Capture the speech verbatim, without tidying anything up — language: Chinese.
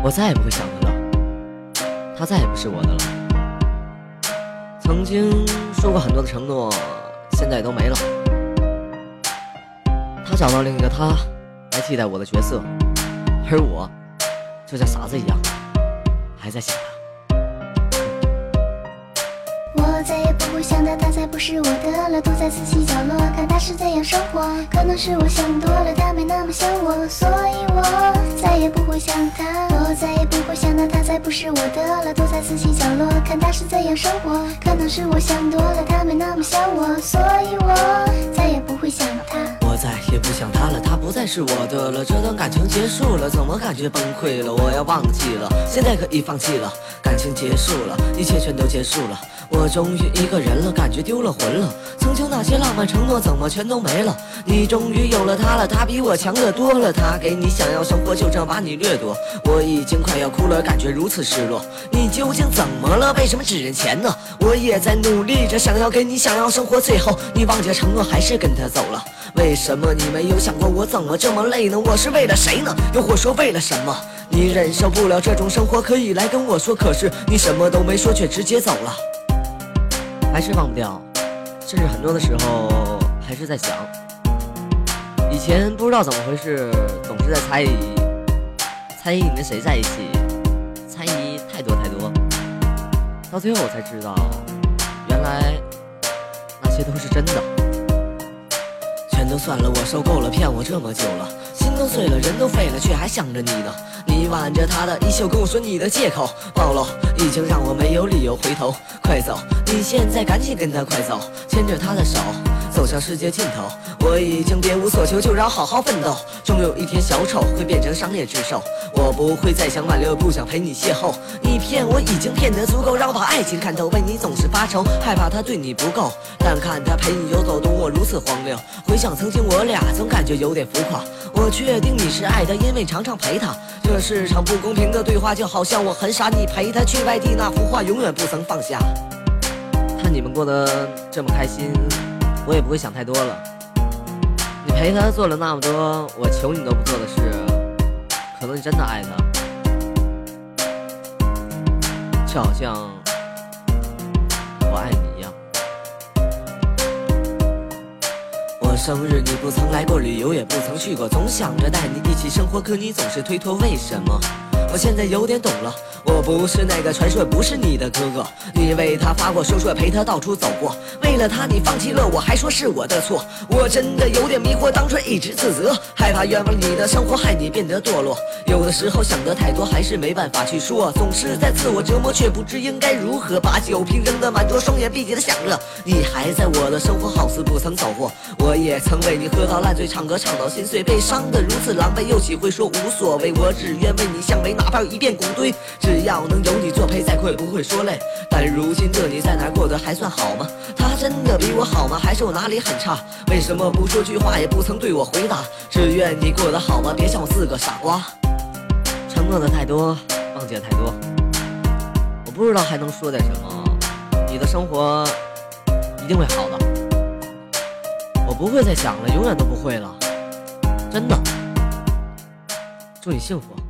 我再也不会想他了，他再也不是我的了。曾经说过很多的承诺，现在也都没了。他找到另一个他来替代我的角色，而我就像傻子一样还在想他。 我再也不会想他，他再不是我的了，躲在自己角落看他是怎样生活。可能是我想多了，他没那么想我，所以我再也不会想他。我再也不会想他，他再不是我的了，躲在自己角落看他是怎样生活。可能是我想多了，他没那么想我，所以我再也不会想他。 我再也不想他了，他不再是我的了，这段感情结束了，怎么感觉崩溃了？我要忘记了，现在可以放弃了，感情结束了，一切全都结束了，我终于一个人了，感觉丢了魂了。曾经那些浪漫承诺怎么全都没了？你终于有了他了，他比我强得多了，他给你想要生活，就这把你掠夺。我已经快要哭了，感觉如此失落。你究竟怎么了？为什么只认钱呢？我也在努力着，想要给你想要生活，最后你忘记承诺，还是跟他走了。为什么你没有想过我怎么这么累呢？我是为了谁呢？又或说为了什么？你忍受不了这种生活，可以来跟我说，可是你什么都没说，却直接走了。还是忘不掉，甚至很多的时候还是在想，以前不知道怎么回事，总是在猜疑，猜疑你跟谁在一起，猜疑太多太多，到最后我才知道，原来那些都是真的。全都算了，我受够了骗我这么久了，心都碎了，人都废了，却还想着你呢。你挽着他的衣袖跟我说你的借口暴露，已经让我没有理由回头。快走，你现在赶紧跟他快走，牵着他的手走向世界尽头。我已经别无所求，就让好好奋斗，终有一天小丑会变成商业之兽。我不会再想挽留，不想陪你邂逅，你骗我已经骗得足够，让我把爱情看透，为你总是发愁，害怕他对你不够，但看他陪你游走，懂我如此荒谬。回想曾经我俩，总感觉有点浮夸。我确定你是爱他，因为常常陪他，这是场不公平的对话，就好像我很傻，你陪他去外地，那幅画永远不曾放下。看你们过得这么开心，我也不会想太多了。你陪他做了那么多我求你都不做的事，可能你真的爱他，就好像我爱你一样。我生日你不曾来过，旅游也不曾去过，总想着带你一起生活，可你总是推脱，为什么？我现在有点懂了，我不是那个传说，不是你的哥哥。你为他发过说说，陪他到处走过，为了他你放弃了我，还说是我的错。我真的有点迷惑，当初一直自责，害怕冤枉你的生活，害你变得堕落。有的时候想得太多，还是没办法去说，总是在自我折磨，却不知应该如何。把酒瓶扔得满桌，双眼闭结的享乐，你还在我的生活，好似不曾走过。我也曾为你喝到烂醉，唱歌唱到心碎，悲伤的如此狼狈，又岂会说无所谓？我只愿为你相违，哪怕有一片骨堆，只要能有你作陪，再会不会说累。但如今的你在哪过得还算好吗？他真的比我好吗？还是我哪里很差？为什么不说句话，也不曾对我回答？只愿你过得好吗？别像我是个傻瓜。承诺的太多，忘记的太多，我不知道还能说点什么。你的生活一定会好的，我不会再想了，永远都不会了，真的。祝你幸福。